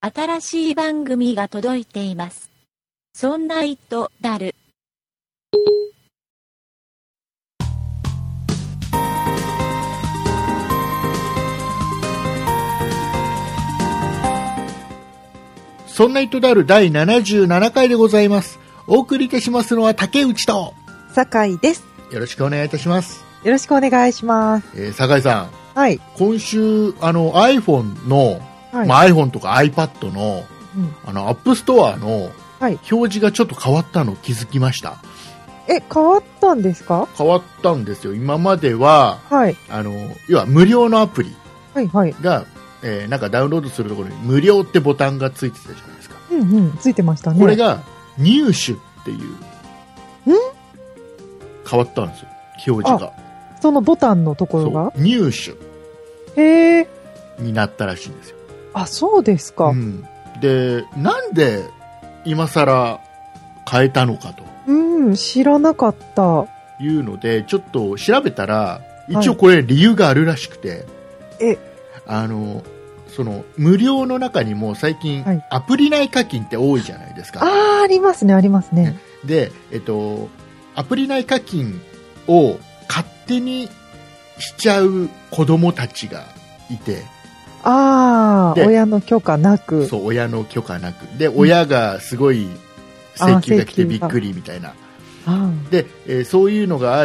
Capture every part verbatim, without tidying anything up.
新しい番組が届いています。そんな糸だる。 そんな糸であるだいななじゅうななかいでございます。お送りいたしますのは竹内と酒井です。 よろしくお願いいたします。 よろしくお願いします。 えー、酒井さん、 はい、 今週あの iPhone の、はい、まあ、iPhone とか iPad の、うん、あの App Store の表示がちょっと変わったの気づきました。 え、変わったんですか？ 変わったんですよ。今までは、 はい、 あの要は無料のアプリが、 はいはい、 えー、なんかダウンロードするところに無料ってボタンがついてたじゃないですか。 うんうん、ついてましたね。 これが入手っていう、 ん？ 変わったんですよ、表示が。 そのボタンのところが入手へーになったらしいんですよ。 あ、そうですか。 うん、で、なんで今更変えたのかと、 うん、知らなかったいうのでちょっと調べたら、一応これ理由があるらしくて、 はい、えあのその無料の中にも最近、はい、アプリ内課金って多いじゃないですか。 あー、ありますね、ありますね。 で、えっと、アプリ内課金を勝手にしちゃう子供たちがいて、 ああ、親の許可なく。 そう、親の許可なく。で、うん、親がすごい請求が来てびっくりみたいな。で、えー、そういうのがあって、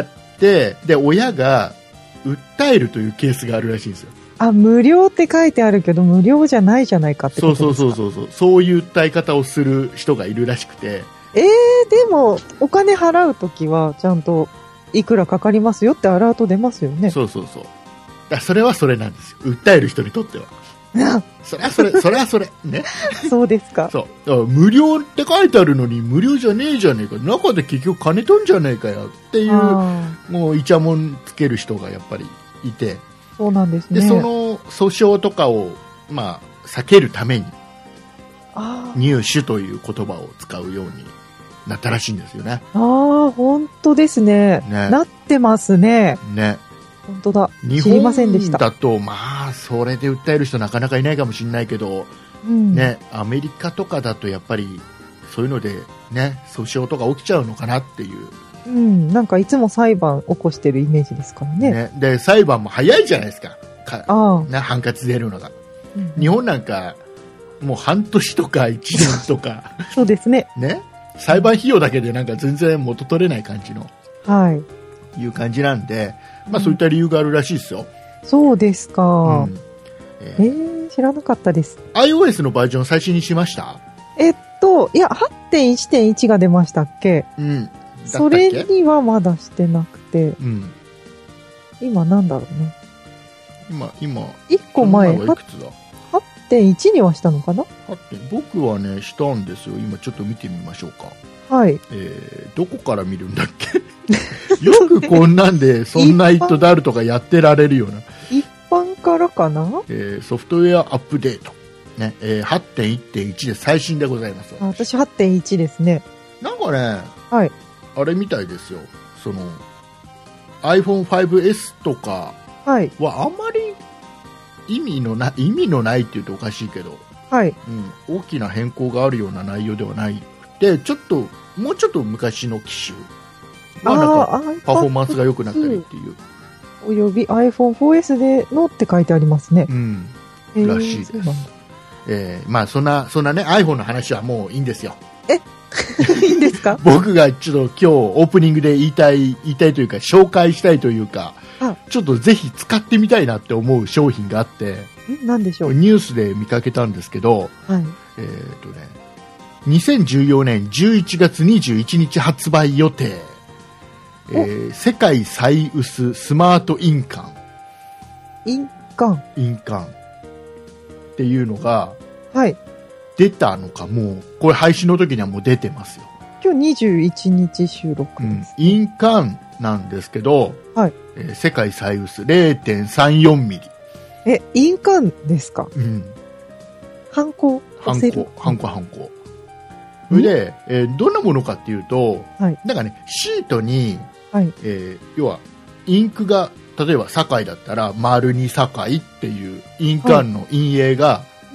で、親が訴えるというケースがあるらしいんですよ。 あ、無料って書いてあるけど無料じゃないじゃないかってことですか？ そうそうそうそう、そういう訴え方をする人がいるらしくて。 えー、でもお金払うときはちゃんといくらかかりますよってアラート出ますよね。 そうそうそう。だそれはそれなんですよ、訴える人にとっては。それはそれ、それはそれね。 そうですか。 そう。だから無料って書いてあるのに無料じゃねえじゃねえか、中で結局金取んじゃねえかよっていう、もうイチャモンつける人がやっぱりいて。 そうなんですね。 で、その訴訟とかを、まあ、避けるために、入手という言葉を使うようになったらしいんですよね。 ああ、本当ですね。ね、なってますね。 ね。 本当だ。知りませんでした。 日本だと、まあ、それで訴える人なかなかいないかもしれないけど、うん、ね、アメリカとかだとやっぱり、そういうので、ね、訴訟とか起きちゃうのかなっていう。 うん、なんかいつも裁判起こしてるイメージですからね。 ね、で、裁判も早いじゃないですか。かあね、判決出るのが、うん。日本なんか、もう半年とかいちねんとか。 そうですね。 ね。裁判費用だけでなんか全然元取れない感じの。 はい。 いう感じなんで、まあそういった理由があるらしいですよ。 そうですか。うん、えー、えー、知らなかったです。 iOS のバージョン最新にしました？ えっと、いや、はってんいちてんいち が出ましたっけ？ うん。 それにはまだしてなくて、 うん、 今なんだろうな。 今、今、 いっこまえ、 いくつだ？ はってんいち にはしたのかな？ はち. 僕はね、したんですよ。今ちょっと見てみましょうか。 はい。 えー、どこから見るんだっけ？よくこんなんで、そんなイットダルとかやってられるような。 一般からかな？ えー、ソフトウェアアップデート。ね、えー、はってんいってんいち で最新でございます。 あ、私 はってんいち ですね。 なんかね、 はい。 あれみたいですよ。その アイフォンファイブエス とかはあんまり意味のな意味のないって言うとおかしいけど、 はい、 うん、大きな変更があるような内容ではないくて、ちょっともうちょっと昔の機種はなんかパフォーマンスが良くなったりっていう。 および アイフォンフォーエス でのって書いてありますね。 うん、らしいです。えー、まあそんなそんなね iPhone の話はもういいんですよ。 えいいんですか？ 僕がちょっと今日オープニングで言いたい言いたいというか紹介したいというか、ちょっとぜひ使ってみたいなって思う商品があって、 何でしょう？ ニュースで見かけたんですけど、 はい、 えーとね、にせんじゅうよねんじゅういちがつにじゅういちにち発売予定、えー、世界最薄スマート印鑑印鑑印鑑っていうのが、 はい、 出たのか、もうこれ配信の時にはもう出てますよ。 今日にじゅういちにち収録です、ね、 うん、印鑑なんですけど、 はい、 えー、世界最薄 れいてんさんよんミリ。 え、印鑑ですか？ うん。 ハンコハンコ、ハンコ、ハンコ。それで、えー、どんなものかっていうと、 はい、 なんかね、シートに、 はい、 えー、要は、インクが、例えば、堺だったら、丸に堺っていう印鑑の印影が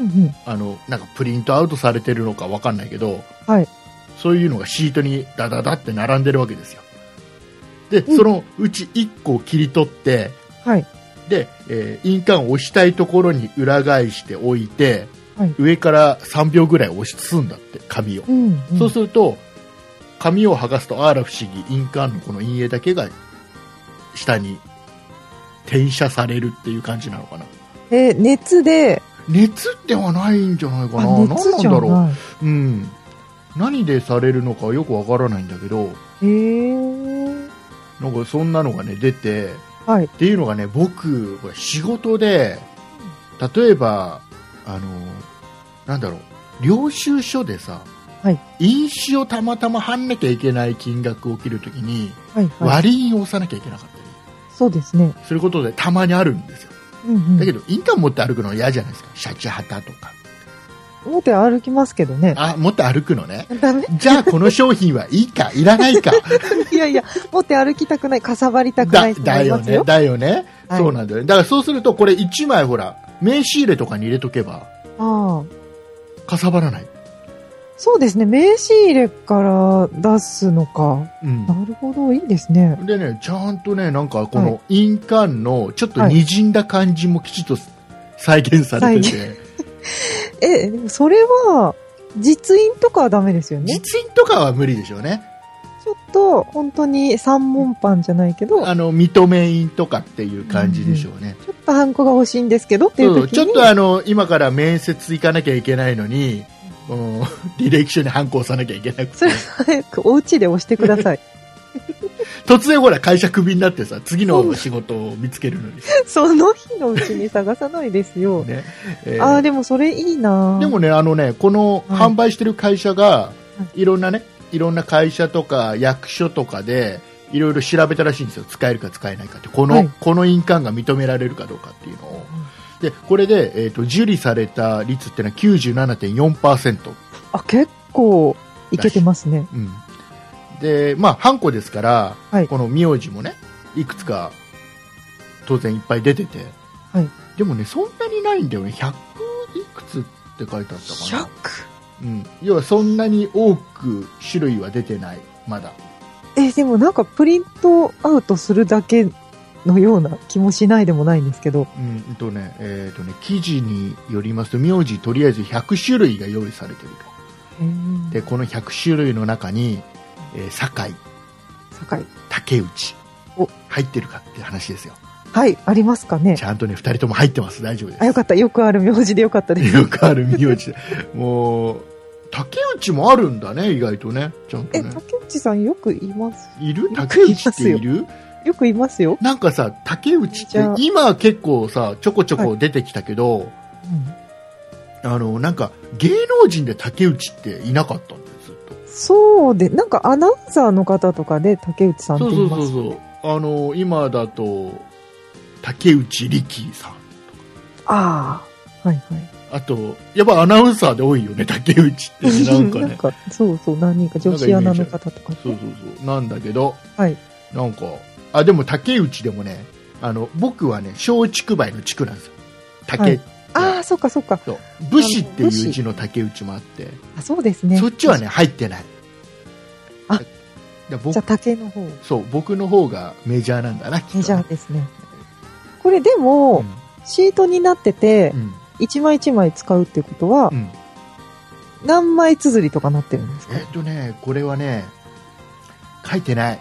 うんうん。 あの、なんかプリントアウトされてるのかわかんないけど、 はい。 そういうのがシートにダダダって並んでるわけですよ。で、 うんそのうちいっこを切り取って、 はい。 で、えー印鑑を押したいところに裏返しておいて、 はい。 上からさんびょうぐらい押し包んだって、紙を。 うん、うん。 そうすると、紙を剥がすと、あら不思議、印鑑のこの印影だけが下に転写されるっていう感じなのかな。 えー熱で、 熱ではないんじゃないかな。 あ、 何熱じゃなんだろない。 う。うん。何でされるのかよくわからないんだけど、 へー。 なんかそんなのがね、出て、 はい。 っていうのがね、僕、これ仕事で、例えば、あの、なんだろう、領収書でさ、 はい。 印紙をたまたま貼んなきゃいけない金額を切るときに、 はい。はい。 割り印を押さなきゃいけなかったりそうですね。 することでたまにあるんですよ。 うんうん。 だけど、印鑑持って歩くのは嫌じゃないですか。シャチハタとか。 持って歩きますけどね。 あ、持って歩くのね。 ダメじゃあこの商品はいいか、いらないか。 いやいや、持って歩きたくない、かさばりたくなだい人もだよね、 いますよ。 だよね、 はいそうなんだよね。だからそうすると、これいちまいほら、名刺入れとかに入れとけば、 ああ。 かさばらない。 そうですね。名刺入れから出すのか。 うんなるほど、いいですね。 でね、ちゃんとね、なんかこはいの印鑑のちょっと滲んだ感じもきちっと再現されてて、 え、でもそれは、実印とかはダメですよね。 実印とかは無理でしょうね。 ちょっと、本当に三文版じゃないけど、 あの、認め印とかっていう感じでしょうね。 ちょっとハンコが欲しいんですけどっていう時に。 そうちょっとあの、今から面接行かなきゃいけないのに、うん、履歴書にハンコ押さなきゃいけなくて。 それ早くお家で押してください。 突然ほら会社クビになってさ、次の仕事を見つけるのに。 その日のうちに探さないですよ。 ねえーああ、でもそれいいな。 でもね、あのね、このはい販売してる会社が、いろんなね、いろんな会社とか役所とかで、いろいろ調べたらしいんですよ。使えるか使えないかって。この、 はいこの印鑑が認められるかどうかっていうのを。で、これで、えっ、と、受理された率っていうのは きゅうじゅうななてんよんパーセント。 あ、結構いけてますね。 うん。で、まあ、ハンコですから、 はいこの名字もね、いくつか、当然いっぱい出てて。 はい。 でもね、そんなにないんだよね。ひゃくいくつって書いてあったかな。 ひゃく? うん。要はそんなに多く種類は出てない。まだ。 え、でもなんかプリントアウトするだけのような気もしないでもないんですけど。 うん、うんとね、えっ、とね、記事によりますと、名字とりあえずひゃくしゅるいが用意されているへーと。で、このひゃくしゅるいの中に、えー、堺、 堺。 竹内お、 入ってるかっていう話ですよ。 はい、ありますかね。 ちゃんとね、二人とも入ってます。大丈夫です。 あ、よかった。よくある名字でよかったです。 よくある名字。もう、竹内もあるんだね、意外とね。ちゃんとえ、 ね。 竹内さんよくいますいるよく竹内っているよくいますよ。 なんかさ、竹内ってじゃあ、 今は結構さ、ちょこちょこ出てきたけど、 うんあの、なんか、芸能人で竹内っていなかったんだよ、ずっと。 そうで、なんかアナウンサーの方とかで竹内さんってそう言います。 そうそうそう。あの、今だと、竹内力さん。 ああ、はいはい。 あと、やっぱアナウンサーで多いよね、竹内ってね。なんかね。 そうそう、何人か女子アナの方とかね。 そうそうそう。なんだけど、 はい。 なんか、あ、でも竹内でもね、あの、僕はね、松竹梅の地区なんですよ。竹、 はいああ、そっかそっか。 そう武士っていう字の竹内もあって、 あ、そうですね。 そっちはね、入ってない。 あだ僕じゃあ竹の方。 そう、僕の方がメジャーなんだな、きっとねメジャーですね。これでも、シートになっててう、ん。 一枚一枚使うってことはう、ん。 何枚綴りとかなってるんですかえっとね、これはね、書いてない。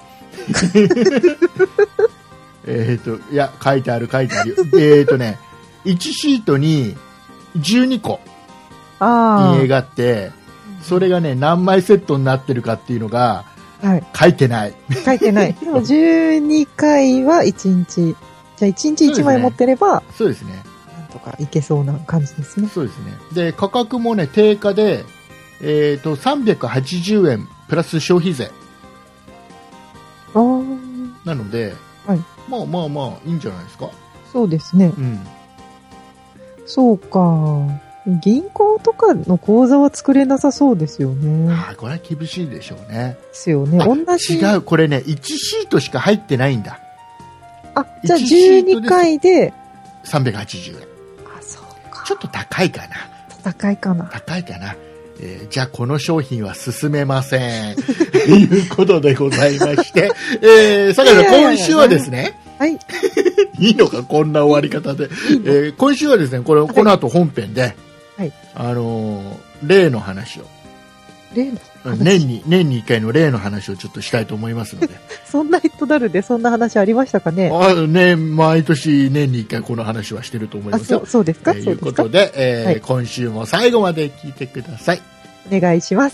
えっと、いや、書いてある、書いてあるよ。えっとね、いちシートにじゅうにこあ印影があって、それがね、何枚セットになってるかっていうのがあ。はい。 書いてない。 書いてない。でもじゅうにかいはいちにち。じゃあいちにちいちまい持ってれば、 そうですね。 なんとかいけそうな感じですね。 そうですね。で、価格もね、定価で、えっと、さんびゃくはちじゅうえんプラス消費税。 ああ。 なので、 はいまあまあまあ、いいんじゃないですか。 そうですね。 うん。 そうか。銀行とかの口座は作れなさそうですよね。 ああ、これは厳しいでしょうね。 ですよね。 あ同じ。 違う、これね、いちシートしか入ってないんだ。 あ、じゃあいちじゅうにかいで。 さんびゃくはちじゅうえん。 あ、そうか。 ちょっと高いかな。 高いかな。 高いかな。えー、じゃあこの商品は進めません。ということでございまして、えー、酒井さん、今週はですね、 はい。 いいのか、こんな終わり方で。いいえー、今週はですね、これ、この後本編で、はい、あのー、例の話を。 例の話年に、年に一回の例の話をちょっとしたいと思いますので。 そんなヒットダルでそんな話ありましたかね。 あね、毎年年に一回この話はしてると思いますよ。 あ、そう、そうですか。と、えー、 いうことで、えーはい、今週も最後まで聞いてください。 お願いします。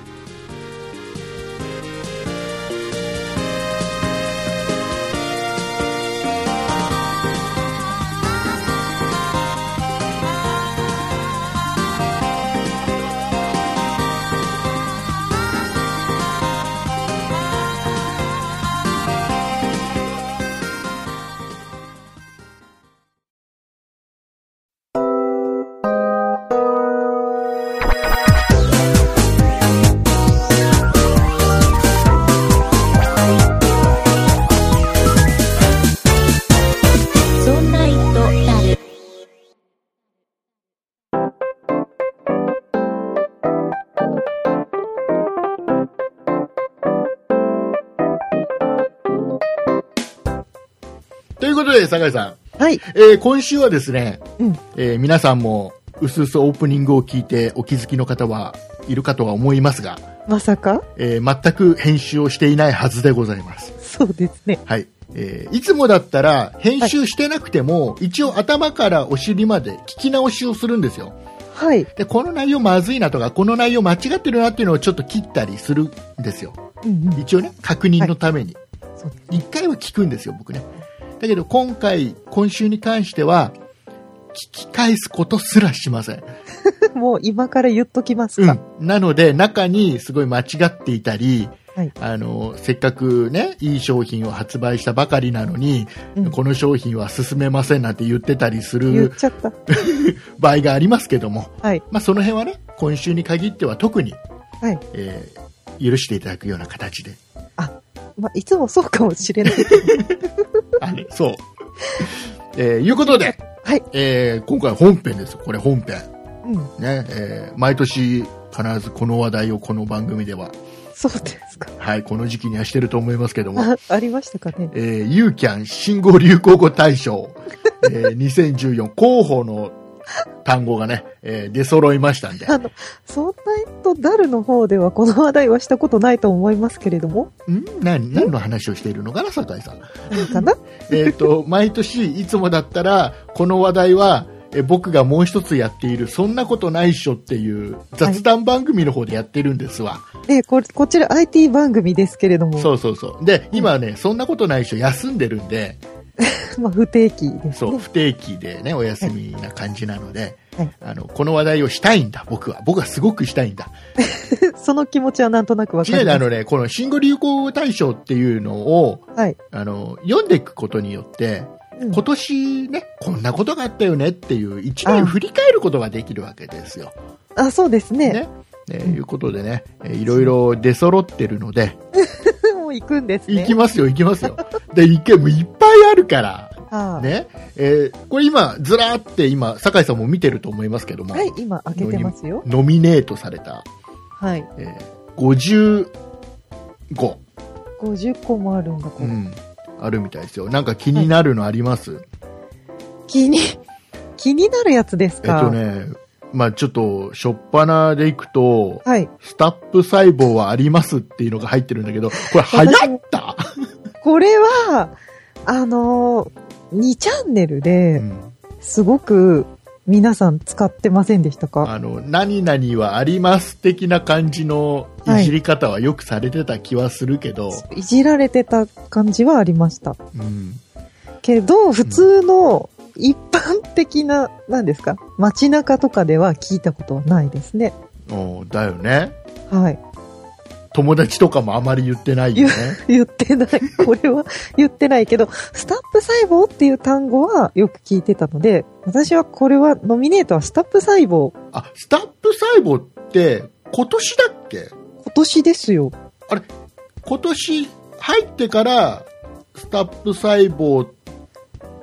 ということで、酒井さん。 はい。 えー、今週はですね、うんえー、皆さんも、うすうすオープニングを聞いてお気づきの方はいるかとは思いますが、 まさか、 えー、全く編集をしていないはずでございます。 そうですね。 はい。えー、いつもだったら、編集してなくても、はい、一応頭からお尻まで聞き直しをするんですよ。 はい。 で、この内容まずいなとか、この内容間違ってるなっていうのをちょっと切ったりするんですよ。うんうん、一応ね、確認のために。はい、一回は聞くんですよ、僕ね。だけど今回、今週に関しては、聞き返すことすらしません。 もう今から言っときますか。 うん。なので、中にすごい間違っていたり、はい、あの、せっかくね、いい商品を発売したばかりなのに、うん、この商品は進めませんなんて言ってたりする言っちゃった場合がありますけども、 はい、 まあその辺はね、今週に限っては特に、 はいえー、許していただくような形で。 あ、まあいつもそうかもしれない。 あれそう。えー、いうことで、 はい。 えー、今回本編です。これ本編。 うん。 ね、えー、毎年必ずこの話題をこの番組では。 そうですか。 はい、この時期にはしてると思いますけども。 あ、ありましたかね。 えー、ユーキャン新語・流行語大賞、えー、にせんじゅうよん候補の単語がね、えー、出揃いましたんで。 あの、そんなとダルの方ではこの話題はしたことないと思いますけれども。 ん何、何の話をしているのかな、酒井さん。 何かなえっと、毎年いつもだったら、この話題は、え僕がもう一つやっている、そんなことないっしょっていう雑談番組の方でやってるんですわ。 え、こ、こちら アイティー 番組ですけれども。 そうそうそう。で、今ね、うん、そんなことないっしょ休んでるんで、 まあ、不定期ですね。 そう、不定期でね、お休みな感じなので、はい、あの、この話題をしたいんだ、僕は。僕はすごくしたいんだ。 その気持ちはなんとなくわかります。 違う、あのね、この新語・流行語大賞っていうのを、 はい、 あの、読んでいくことによって、うん、今年ね、こんなことがあったよねっていう一年振り返ることができるわけですよ。 あ、そうですね。 ね。えー、いうことでね、えー、いろいろ出揃ってるので。 もう行くんですね。 行きますよ、行きますよ。で、いけ、もういっぱいあるから。 ああね。えー、これ今、ずらーって今、酒井さんも見てると思いますけども。 はい、今開けてますよ。 ノミネートされた。 はい。 えー、ごじゅうご。 ごじゅっこもあるんだ、これ。 うん。あるみたいですよ。なんか気になるのあります？はい、 気に、気になるやつですか？ えっとね、まあちょっと、しょっぱなでいくと、 はい。 スタップ細胞はありますっていうのが入ってるんだけど、これ流行ったこれは、あのー、にチャンネルで、すごく皆さん使ってませんでしたか？ あの、何々はあります的な感じのいじり方はよくされてた気はするけど。 はい、いじられてた感じはありました。 うん。 けど、普通の一般的な、何ですか？街中とかでは聞いたことはないですね。 おだよね。 はい。 友達とかもあまり言ってないよね。 言ってない。これは言ってないけど、スタップ細胞っていう単語はよく聞いてたので、私はこれはノミネートはスタップ細胞。 あ、スタップ細胞って今年だっけ？ 今年ですよ。 あれ、今年入ってからスタップ細胞っ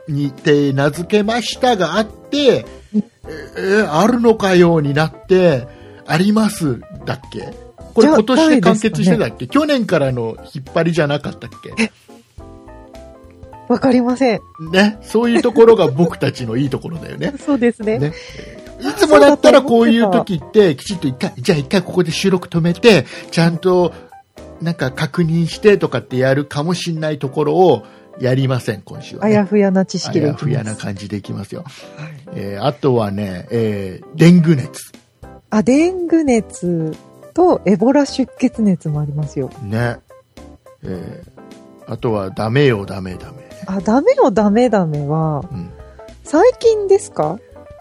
にて名付けましたがあって、えー、あるのかようになってありますだっけ。これ今年で完結してたっけ、ね、去年からの引っ張りじゃなかったっけ。 わかりませんね。そういうところが僕たちのいいところだよね。 そうですね。ね、 いつもだったらこういう時ってきちっと一回、じゃあ一回ここで収録止めてちゃんとなんか確認してとかってやるかもしれないところをやりません今週は、ね、 あやふやな知識でいきます。 あやふやな感じでいきますよ、はい。えー、あとはね、えー、デング熱。 あ、デング熱とエボラ出血熱もありますよね。えー、あとはダメよダメダメ。 あ、ダメよダメダメは、うん、最近ですか？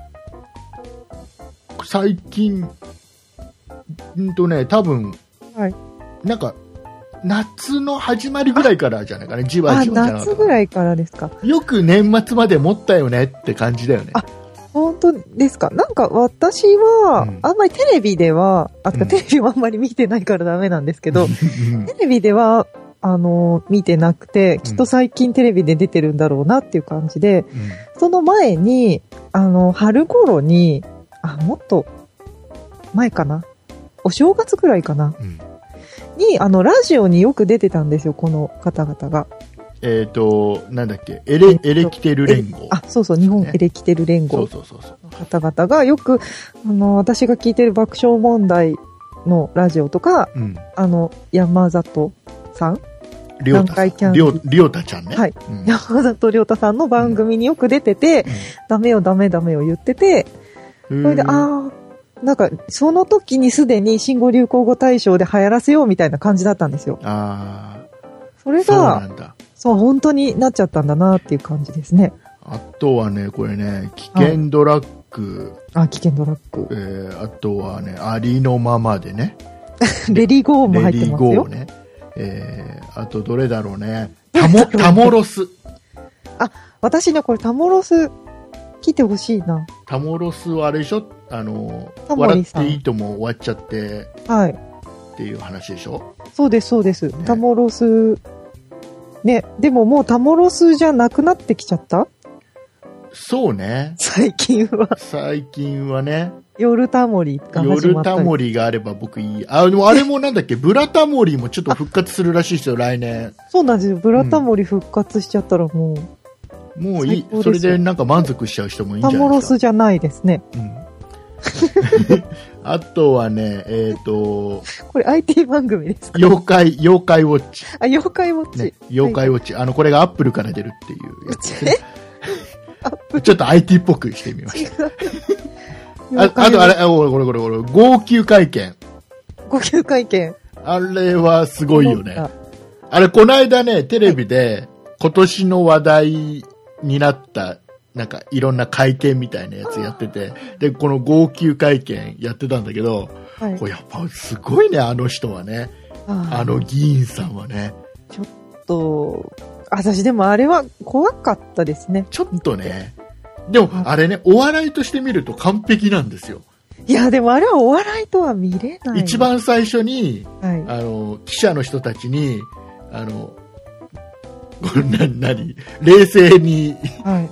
最近んとね多分、はい、なんか夏の始まりぐらいからじゃないかね。じわじわじゃなかった。 夏ぐらいからですか。 よく年末まで持ったよねって感じだよね。 あ、本当ですか。なんか私は、うん、あんまりテレビでは、あ、うん、テレビはあんまり見てないからダメなんですけど、テレビではあの見てなくて、きっと最近テレビで出てるんだろうなっていう感じで、うん、その前にあの春頃に、あ、もっと前かな、お正月ぐらいかな、うん、にあのラジオによく出てたんですよこの方々が。 えっ、ー、となんだっけ、エレ、えー、エレキテル連合。 あ、そうそう、日本エレキテル連合の方々がよくあの私が聞いてる爆笑問題のラジオとか、うん、あの山里さん、 りょうたさん、りょうたちゃんね。 はい。うん、山里りょうたさんの番組によく出てて、うん、ダメよダメダメを言ってて、それで、ああ、なんか、その時にすでに新語・流行語大賞で流行らせようみたいな感じだったんですよ。ああ。それが、そうなんだ。そう、本当になっちゃったんだなっていう感じですね。 あとはね、これね、危険ドラッグ。 あ、危険ドラッグ。 えー、あとはね、ありのままでね。 レリゴーも入ってますよ。レリゴーね。 えー、あとどれだろうね。タモ、タモロス。 あ、私ね、これタモロス、来てほしいな。 タモロスはあれでしょ、あの、笑っていいとも終わっちゃって、はい。っていう話でしょ。 そうです、そうです。ね、タモロス、ね、でももうタモロスじゃなくなってきちゃった？ そうね。 最近は。 最近はね。 夜タモリが始まった。 夜タモリがあれば僕いい。あ、でもあれもなんだっけ、ブラタモリもちょっと復活するらしいですよ、来年。そうなんですよ。ブラタモリ復活しちゃったらもう。うん、もういい。それでなんか満足しちゃう人もいいんじゃないですか。タモロスじゃないですね。うん。 あとはね、えっ、ー、と。 これ アイティー 番組ですか？ 妖怪、妖怪ウォッチ。 あ、妖怪ウォッチ。 ね、妖怪ウォッチ。はい、あの、これがアップルから出るっていうやつですね。ちょっと アイティー っぽくしてみました。あ, あとあれ、これこれこれこれ、号泣会見。 号泣会見。 あれはすごいよね。あれ、この間ね、テレビで今年の話題になった、なんかいろんな会見みたいなやつやってて、で、この号泣会見やってたんだけど、はい、これやっぱすごいね、あの人はね。あ, あの議員さんはね。 ちょっと、私でもあれは怖かったですね。 ちょっとね。でもあれね、お笑いとして見ると完璧なんですよ。 いやでもあれはお笑いとは見れない。 一番最初に、はい、あの記者の人たちにあのな何冷静に、はい、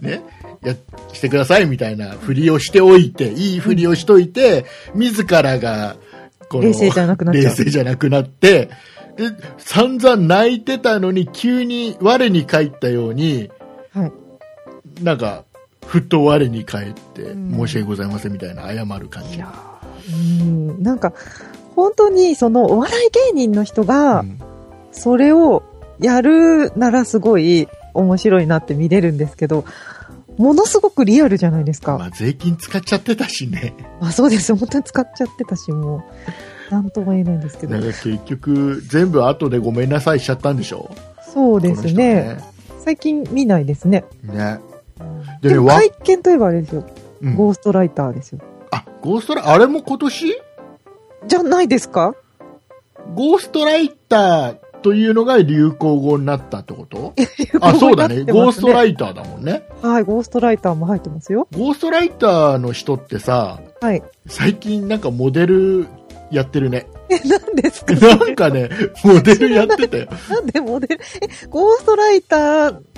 ねやしてくださいみたいなふりをしておいて、いいふりをしといて、うん、自らがこの冷静じゃなくなっちゃう。 冷静じゃなくなって。で散々泣いてたのに急に我に返ったように、はい、なんかふっと我に返って申し訳ございませんみたいな謝る感じ。いや、 うん、なんか本当にそのお笑い芸人の人がそれをやるならすごい面白いなって見れるんですけど、ものすごくリアルじゃないですか。 まあ、税金使っちゃってたしね。 あ、そうです。本当に使っちゃってたし、もう。なんとも言えないんですけど。 なんか結局全部後でごめんなさいしちゃったんでしょ。 そうです ね, ね最近見ないですね。 ね。 でね、でも会見といえばあれですよ、うん、ゴーストライターですよ。 あ、ゴーストライター、あれも今年じゃないですか。 ゴーストライターというのが流行語になったってこと？あ、そうだね。ゴーストライターだもんね。 はい、ゴーストライターも入ってますよ。 ゴーストライターの人ってさ、はい、最近なんかモデルやってるね。 え、何ですか？ なんかね、モデルやってたよ。 なんでモデル、え、ゴーストライター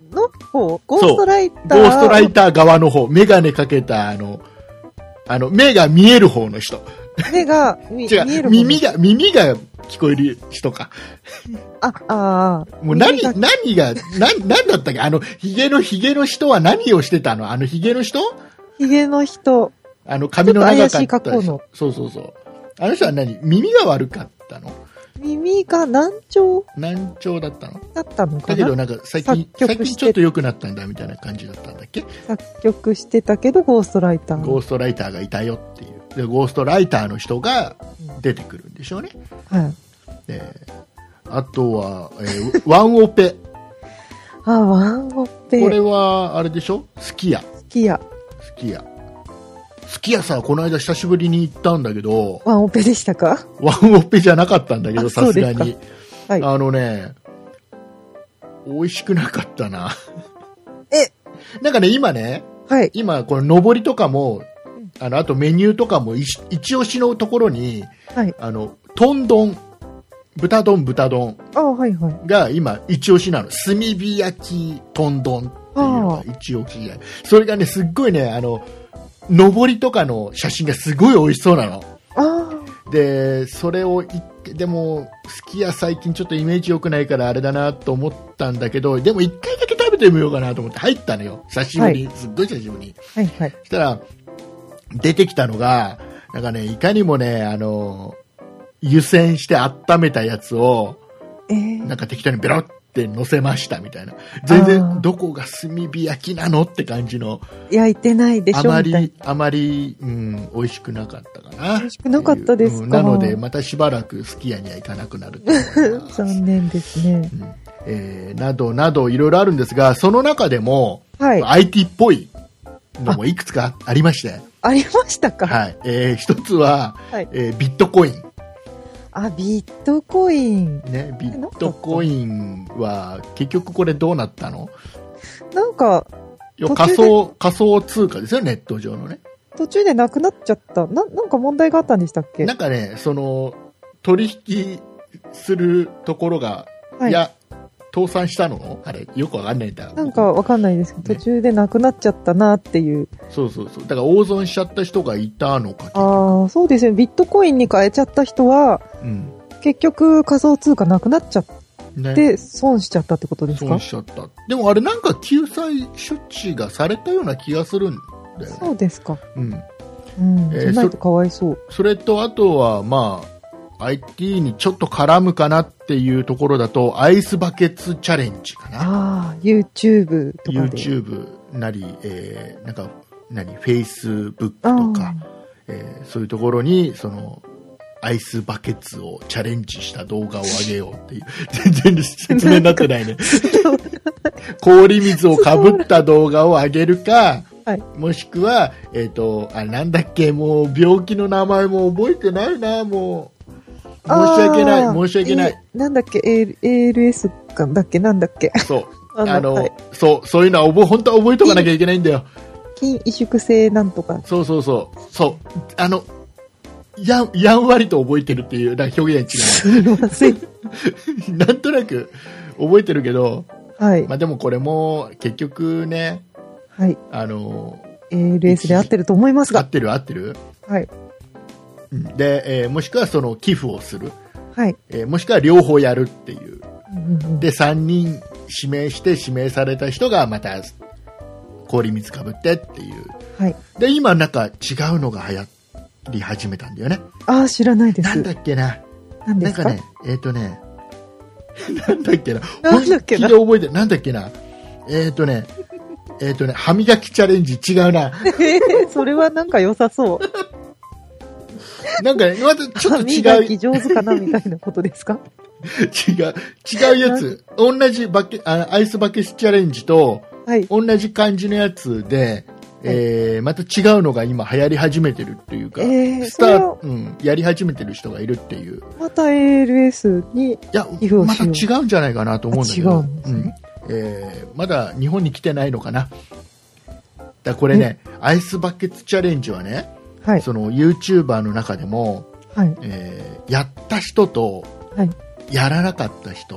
の方、ゴーストライター。 ゴーストライター側の方、メガネかけた、あの、あの、目が見える方の人。 目が見違う見える方耳が、耳が聞こえる人か。 あ、ああ。 もう何、 耳が何が、な、何だったっけあの、ヒゲの、ヒゲの人は何をしてたのあのヒゲの人ヒゲの人。 あの、髪の長かったちょっと怪しい格好の。 そうそうそう。あの人は何耳が悪かったの耳が難聴難聴だったのだったのかなだけどなんか最近、 作曲して最近ちょっと良くなったんだみたいな感じだったんだっけ作曲してたけど、ゴーストライター。 ゴーストライターがいたよっていう。で、ゴーストライターの人が出てくるんでしょうね。 はい。 であとは、えーワンオペ。 あ、ワンオペ。 これは、あれでしょすき家。 好きや。 すき家。すき家さ、この間久しぶりに行ったんだけど、 ワンオペでしたか？ ワンオペじゃなかったんだけど、 あさすがに。 そうですかはい。 あのね、美味しくなかったな。 えなんかね、今ね、 はい。 今、この上りとかも、あの、あとメニューとかも一一押しのところに、 はい。 あの、豚丼、豚丼、豚丼あ、はいはい。 が今一押しなの。炭火焼き豚丼っていうのが一押しで。それがね、すっごいね、あの、上りとかの写真がすごい美味しそうなの。 あで、それを言って、でも、すき家最近ちょっとイメージ良くないからあれだなと思ったんだけど、でも一回だけ食べてみようかなと思って入ったのよ。久しぶりに。すっごい久しぶりに。 あ。はいはい。 そしたら、出てきたのが、なんかね、いかにもね、あの、湯煎して温めたやつを、 えー、 なんか適当にベロって乗せましたみたいな。全あー然どこが炭火焼きなのって感じの、 焼いてないでしょあまみたいり、あまり、うん、美味しくなかったかな。 美味しくなかったですかうんなので、またしばらくすき家には行かなくなると思いな。 ます。 残念ですね。 うんえーなどなどいろいろあるんですが、その中でも、 はい。 アイティー っぽいのもいくつかありまして、 ありましたか？ はいえー一つは、 はい。 えービットコイン。 あ、ビットコイン。 ね、ビットコインは結局これどうなったの？ なんか、 要は途中で仮想仮想通貨ですよ、ネット上のね。 途中でなくなっちゃった。な、なんか問題があったんでしたっけ？ なんかね、その取引するところが、 はいいや倒産したの？あれよくわかんないんだ。 なんかわかんないですけど、 ね途中でなくなっちゃったなっていう。 そうそうそう。だから大損しちゃった人がいたのか。結局ああ、そうですね。ビットコインに変えちゃった人は、 うん結局仮想通貨なくなっちゃっね、 て損しちゃったってことですか？ 損しちゃった。でもあれなんか救済処置がされたような気がするんだよね。 そうですか。 うん。 うん。 えーじゃないとかわいそう。 それとあとはまあ アイティー にちょっと絡むかなっていうところだとアイスバケツチャレンジかな。 ああ、YouTube とかで。 YouTube なり、えー、なんか何 Facebook とあか、えーそういうところにそのアイスバケツをチャレンジした動画を上げようっていう全然説明になってないね氷水をかぶった動画を上げるか、 はい、 もしくはえっ、とあれなんだっけもう病気の名前も覚えてないなもう申し訳ないあー申し訳ない、 えーなんだっけ エーエルエス かだっけなんだっけそうあのあの、 はいそうそういうのは覚え本当は覚えとかなきゃいけないんだよ。 筋萎縮性なんとか。 そうそうそうそうあのやんやんわりと覚えてるっていうなんか表現違すみません。 うなんとなく覚えてるけど、 はい。 まあ、でもこれも結局ねはい。 あのエーエルエス で合ってると思いますが。 合ってる合ってる、 はい。 うんで、えーもしくはその寄付をする、 はい。 えーもしくは両方やるっていううんうんうんでさんにん指名して指名された人がまた氷水かぶってっていうはい。 で今なんか違うのが流行り始めたんだよね。 ああ、知らないです。 なんだっけな何ですか？ なんかねえっ、とねなんだっけななんだっけな本気で覚えてなんだっけなえっ、とねえっ、とね歯磨きチャレンジ違うなえーそれはなんか良さそう。 なんかねまたちょっと歯磨違うき上手かなみたいなことですか？ 違う違うやつ同じバケあアイスバケツチャレンジとはい。 同じ感じのやつで、えーまた違うのが今流行り始めてるっていうか、 えースターそれをうん、やり始めてる人がいるっていうまた エーエルエス に、 いや寄付をましたよう違うんじゃないかなと思うんだけどあ違うんですねうんえーまだ日本に来てないのかなだこれねアイスバケツチャレンジはね、 はい。 その YouTuber の中でも、 はい。 えーやった人とはい。 やらなかった人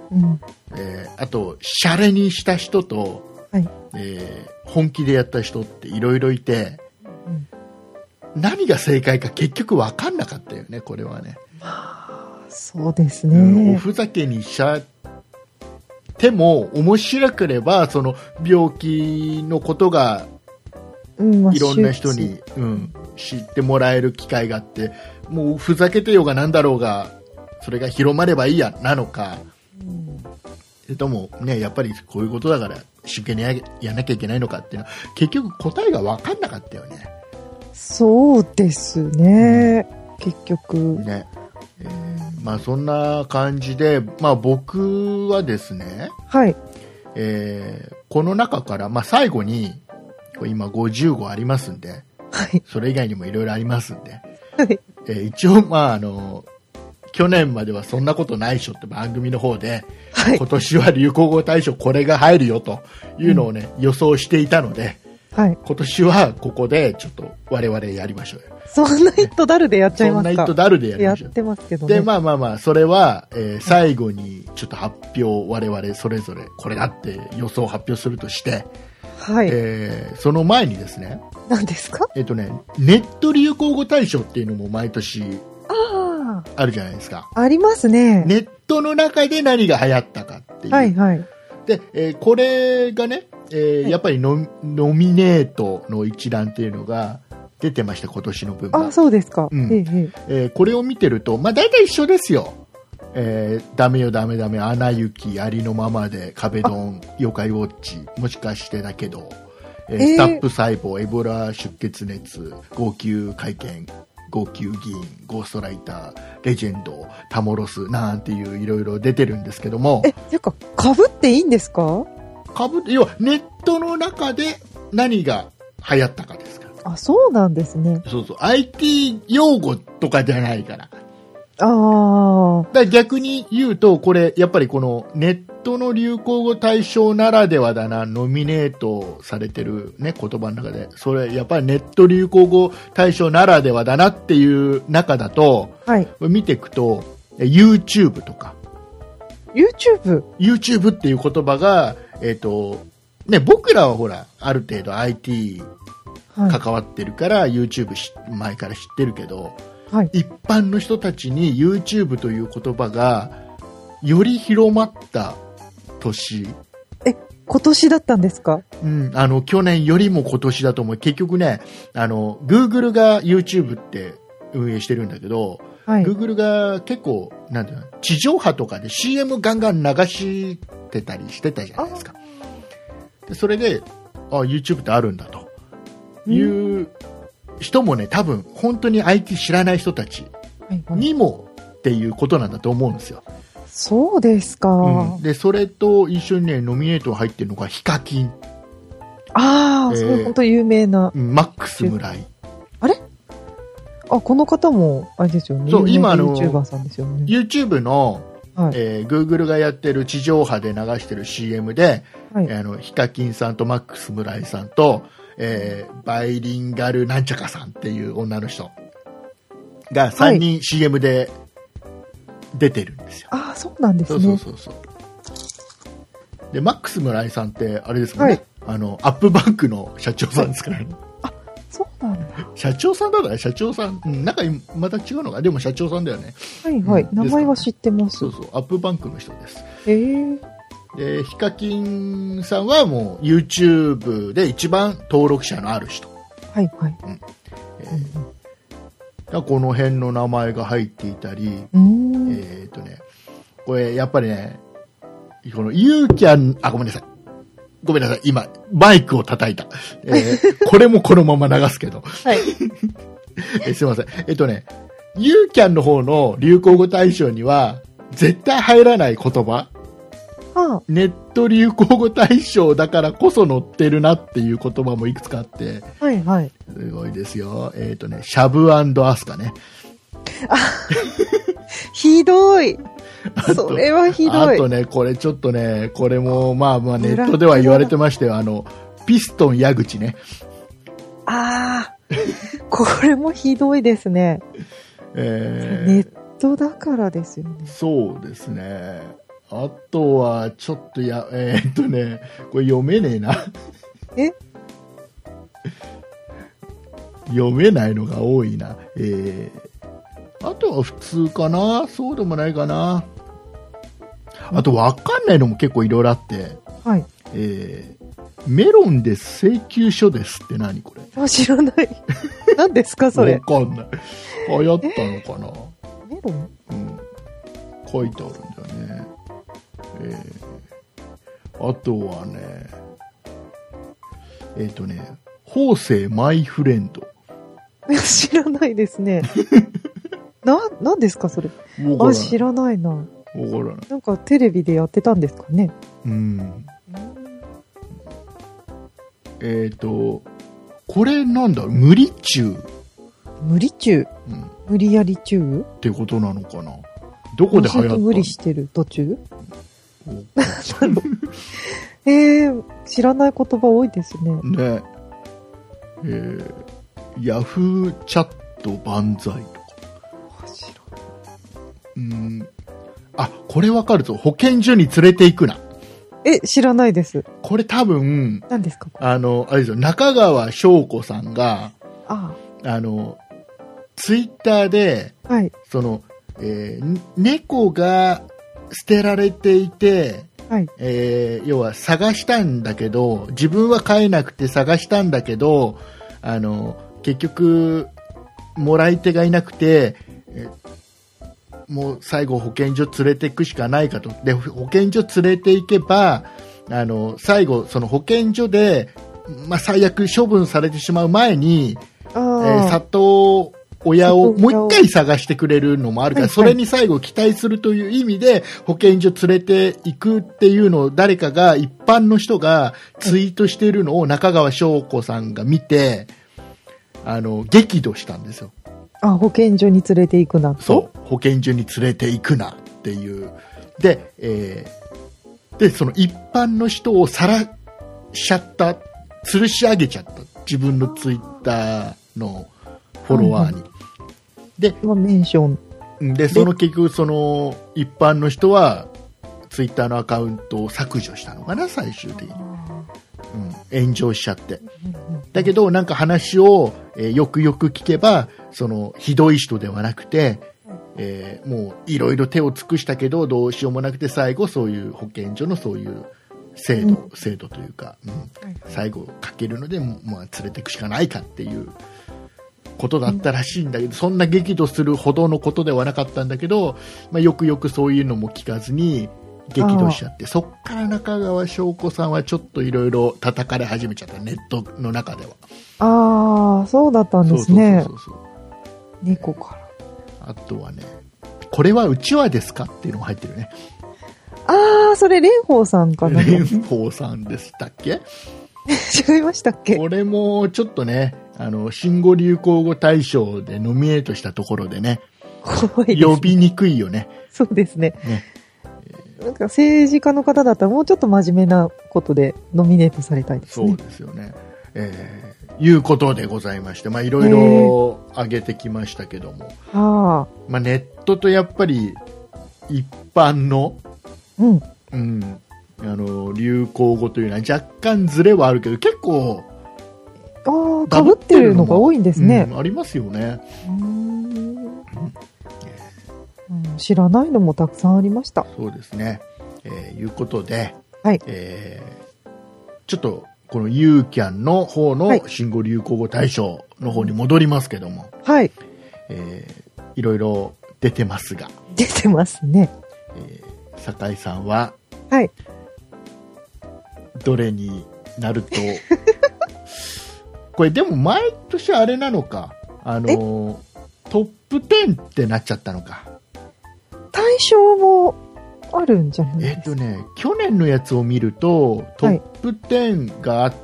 うんえー、あとシャレにした人と、 はいえー、本気でやった人っていろいろいて、 うん、 何が正解か結局分かんなかったよね、これはね。 そうですね、 うん、おふざけにしちゃっても面白ければその病気のことがうんまあ、 いろんな人に、うん、知ってもらえる機会があって、もうふざけてようがなんだろうがそれが広まればいいやなのか、うん、それともねやっぱりこういうことだから真剣に や, やんなきゃいけないのかっていうのは結局答えが分かんなかったよね。 そうですね、うん、結局ね、えー、まあそんな感じで、まあ僕はですね、 はい、 えー、この中から、まあ最後に今ごじゅうごありますんで、 はい、 それ以外にもいろいろありますんで、 はいえー、一応まああの去年まではそんなことないっしょって番組の方で、はい、今年は流行語大賞これが入るよというのをね、うん、予想していたので、はい、今年はここでちょっと我々やりましょうよ。 そんな一ダルでやっちゃいますか。 そんな一ダルでやりましょう。 やってますけどね。 でまあまあまあそれは、えー、最後にちょっと発表我々それぞれこれだって予想を発表するとして、はい、えー、その前にですね、 何ですか？ えっとね、ネット流行語大賞っていうのも毎年あるじゃないですか。 ありますね。 ネットの中で何が流行ったかっていう。 はいはい。 で、えー、これがね、えーはい、やっぱり ノ, ノミネートの一覧っていうのが出てました、今年の分は。 あ、そうですか。 うん、えええー、これを見てると、まあ大体一緒ですよ。えー、ダメよダメダメ、アナ雪、ありのままで、壁ドン、妖怪ウォッチ、もしかしてだけど、えー、スタップ細胞、エボラ出血熱、号泣会見、号泣議員、ゴーストライター、レジェンド、タモロスなんていういろいろ出てるんですけども。 え、てか、被っていいんですか？ 被って、要はネットの中で何が流行ったかですから。 あ、そうなんですね。 そうそう。アイティー 用語とかじゃないから。 ああ。 だから逆に言うと、これ、やっぱりこのネットの流行語大賞ならではだな、ノミネートされてるね、言葉の中で、それ、やっぱりネット流行語大賞ならではだなっていう中だと、はい。見ていくと、YouTube とか。 YouTube？ YouTube っていう言葉が、えっと、ね、僕らはほら、ある程度 アイティー 関わってるから、はい、YouTube 前から知ってるけど、はい、一般の人たちに YouTube という言葉がより広まった年。 え、今年だったんですか？ うん、あの去年よりも今年だと思う。結局ね、あの Google が YouTube って運営してるんだけど、はい、Google が結構なんていうの、地上波とかで シーエム ガンガン流してたりしてたじゃないですか。でそれで、あ、YouTube ってあるんだという、うん人もね、多分本当に アイティー 知らない人たちにもっていうことなんだと思うんですよ。 そうですか。 うん、でそれと一緒にねノミネート入ってるのがヒカキン。 ああ、えー、それ本当有名な。 マックス村井。 あれ？あ、この方もあれですよね。 そう今の YouTuber さんですよね。 YouTube の、はいえー、Google がやってる地上波で流してる シーエム で、はい、あのヒカキンさんとマックス村井さんとえー、バイリンガルなんちゃかさんっていう女の人がさんにん シーエム で出てるんですよ。 ああ、そうなんですね。 そうそうそうそう。で、マックス村井さんってあれですもんね、はい、あの、アップバンクの社長さんですからね。 あ、そうなんだ。 社長さんだから社長さん、うん、なんかまた違うのか、でも社長さんだよね。 はいはい、うん、名前は知ってます。 そうそう、アップバンクの人です。 へー。 でヒカキンさんはもう YouTube で一番登録者のある人。 はいはい。 うんえーうん、この辺の名前が入っていたり、えーとね、これやっぱりね、このユーキャン、あ、ごめんなさい。ごめんなさい。今、マイクを叩いた。えー、これもこのまま流すけど。はい。えすいません。えっとね、ユーキャンの方の流行語大賞には絶対入らない言葉。ネット流行語大賞だからこそ載ってるなっていう言葉もいくつかあって、 はいはい、 すごいですよ。えっとね、シャブ&アスカね。 あ、ひどい。それはひどい。 あとね、これちょっとね、これもまあまあネットでは言われてましたよ。あのピストン矢口ね。 ああ、これもひどいですね。 えー、 ネットだからですよね。 そうですね。 あとは、ちょっとや、えー、っとね、これ読めねえな。 え読めないのが多いな。えー、あとは普通かな、そうでもないかな。あと分かんないのも結構いろいろあって、 はい。 えー、メロンで請求書ですって何これ。 あ、知らない。何ですかそれ。 分かんない。流行ったのかな。 メロン、 うん、書いてあるんだよね。えー、あとはね、えっ、ー、とね、法政マイフレンド。 知らないですね。な、何ですかそれ。あ、知らないな。わからない。 なんかテレビでやってたんですかね。 うん。えっ、ー、と、これなんだ、無理中。 無理中、うん、無理やり中ってことなのかな。どこで流行ったの？ 無理してる途中えー、知らない言葉多いですね。 ね。えー、ヤフーチャット万歳とか。うん。あ、これわかるぞ。保健所に連れて行くな。 え、知らないです。 これ多分、 何ですか？ あの、あれですよ、中川翔子さんが、 ああ、あの、ツイッターで、 はい、 その、えー、猫が捨てられていて、 はい、 えー、要は探したんだけど、自分は飼えなくて探したんだけど、あの、結局、もらい手がいなくて、えーもう最後保健所連れていくしかないかと。で、保健所連れて行けば、あの、最後、その保健所で、まあ、最悪処分されてしまう前に、えー、里親をもう一回探してくれるのもあるから、はいはい、それに最後期待するという意味で、保健所連れて行くっていうのを誰かが、一般の人がツイートしているのを中川翔子さんが見て、あの、激怒したんですよ。 あ、保健所に連れて行くなと。 そう、保健所に連れて行くなっていう。で、えー、で、その一般の人をさらしちゃった、吊るし上げちゃった。自分のツイッターのフォロワーに。で、 メンション。 で、その結局その一般の人はツイッターのアカウントを削除したのかな、最終的に。うん、炎上しちゃって。だけどなんか話を、えー、よくよく聞けば、そのひどい人ではなくて、えー、もういろいろ手を尽くしたけどどうしようもなくて最後そういう保健所のそういう制度、うん、制度というか、うん、最後かけるので、まあ、連れていくしかないかっていうことだったらしいんだけど、そんな激怒するほどのことではなかったんだけど、まあ、よくよくそういうのも聞かずに激怒しちゃって、そっから中川翔子さんはちょっといろいろ叩かれ始めちゃった、ネットの中では。 ああ、そうだったんですね。 そうそうそうそう、 猫から。 あとはね、これはうちわですかっていうのが入ってるね。 ああ、それ蓮舫さんかな。 蓮舫さんでしたっけ？ 違いましたっけ？ これもちょっとね、あの新語・流行語大賞でノミネートしたところでね、 怖いですね。 呼びにくいよね。 そうですね。ね、なんか政治家の方だったらもうちょっと真面目なことでノミネートされたいですね。 そうですよね。えー、いうことでございまして、まあいろいろ上げてきましたけども、 はあ、 まあネットとやっぱり一般の、 うんうん、あの流行語というのは若干ズレはあるけど、結構ああ、被ってるのが多いんですね。 うん、ありますよね。 うーん、うん、知らないのもたくさんありました。 そうですね。えー、いうことで、 はい、 えー、ちょっとこのユーキャンの方の新語・流行語大賞の方に戻りますけども、 はい、 えー、いろいろ出てますが、 出てますね。 えー、酒井さんは、 はい、 どれになるとこれでも毎年あれなのか、あのトップテンってなっちゃったのか。 対象もあるんじゃないですか。 えっとね、去年のやつを見るとトップテンがあって、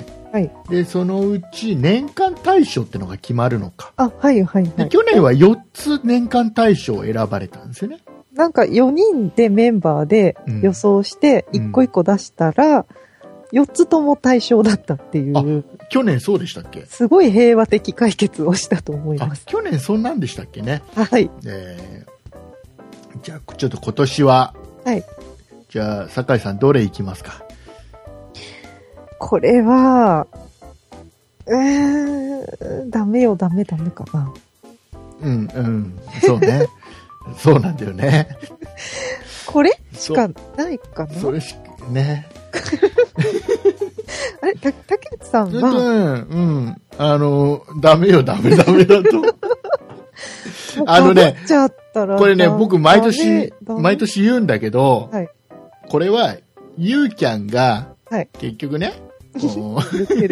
はい、でそのうち年間大賞ってのが決まるのか。 あ、はいはいはい。 で去年はよっつ年間大賞を選ばれたんですよね。 なんかよにんでメンバーで予想していっこいっこ出したら、うん、よっつとも対象だったっていう。 あ、去年そうでしたっけ？ すごい平和的解決をしたと思います。 去年そんなんでしたっけね。 はい。 えー、じゃあちょっと今年は、 はい、 じゃあ酒井さんどれいきますか？ これは、えー、ダメよ、ダメ、ダメかな。 うんうん、そうね。そうなんだよね。 これしかないかな。 それしかね。 あれ、た竹内さんは、 うん、うん、あのダメよ、ダメダメだと。あのね、これね、僕毎年毎年言うんだけど、はい、これはユーキャンが、はい、結局ね、こ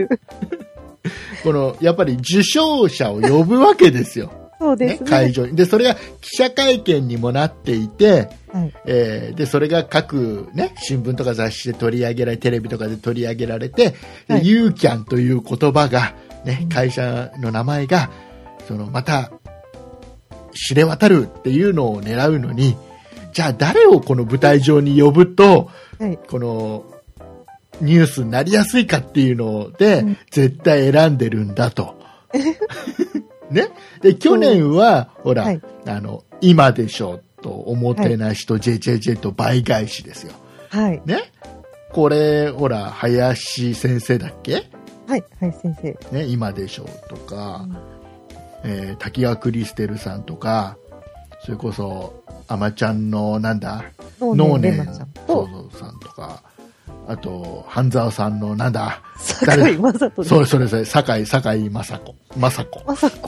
のやっぱり受賞者を呼ぶわけですよ。 そうですね、 ね、会場に。で、それが記者会見にもなっていて、はい、えー、で、それが各ね、新聞とか雑誌で取り上げられ、テレビとかで取り上げられて、はい、ユーキャンという言葉が、ね、会社の名前が、その、また、知れ渡るっていうのを狙うのに、じゃあ誰をこの舞台上に呼ぶと、はい、この、ニュースになりやすいかっていうので、うん、絶対選んでるんだと。ね、で去年はほら、はい、あの今でしょとおもてなしと ジェイジェイジェイ と倍返しですよ。はい。ね、これほら林先生だっけ？ はい、林先生。 ね、今でしょとか、うん、えー、滝川クリステルさんとか、それこそあまちゃんのなんだ能年そうそうさんとか。あと半沢さんのなんだ堺雅人。 そうそれそれ堺堺雅子雅子雅子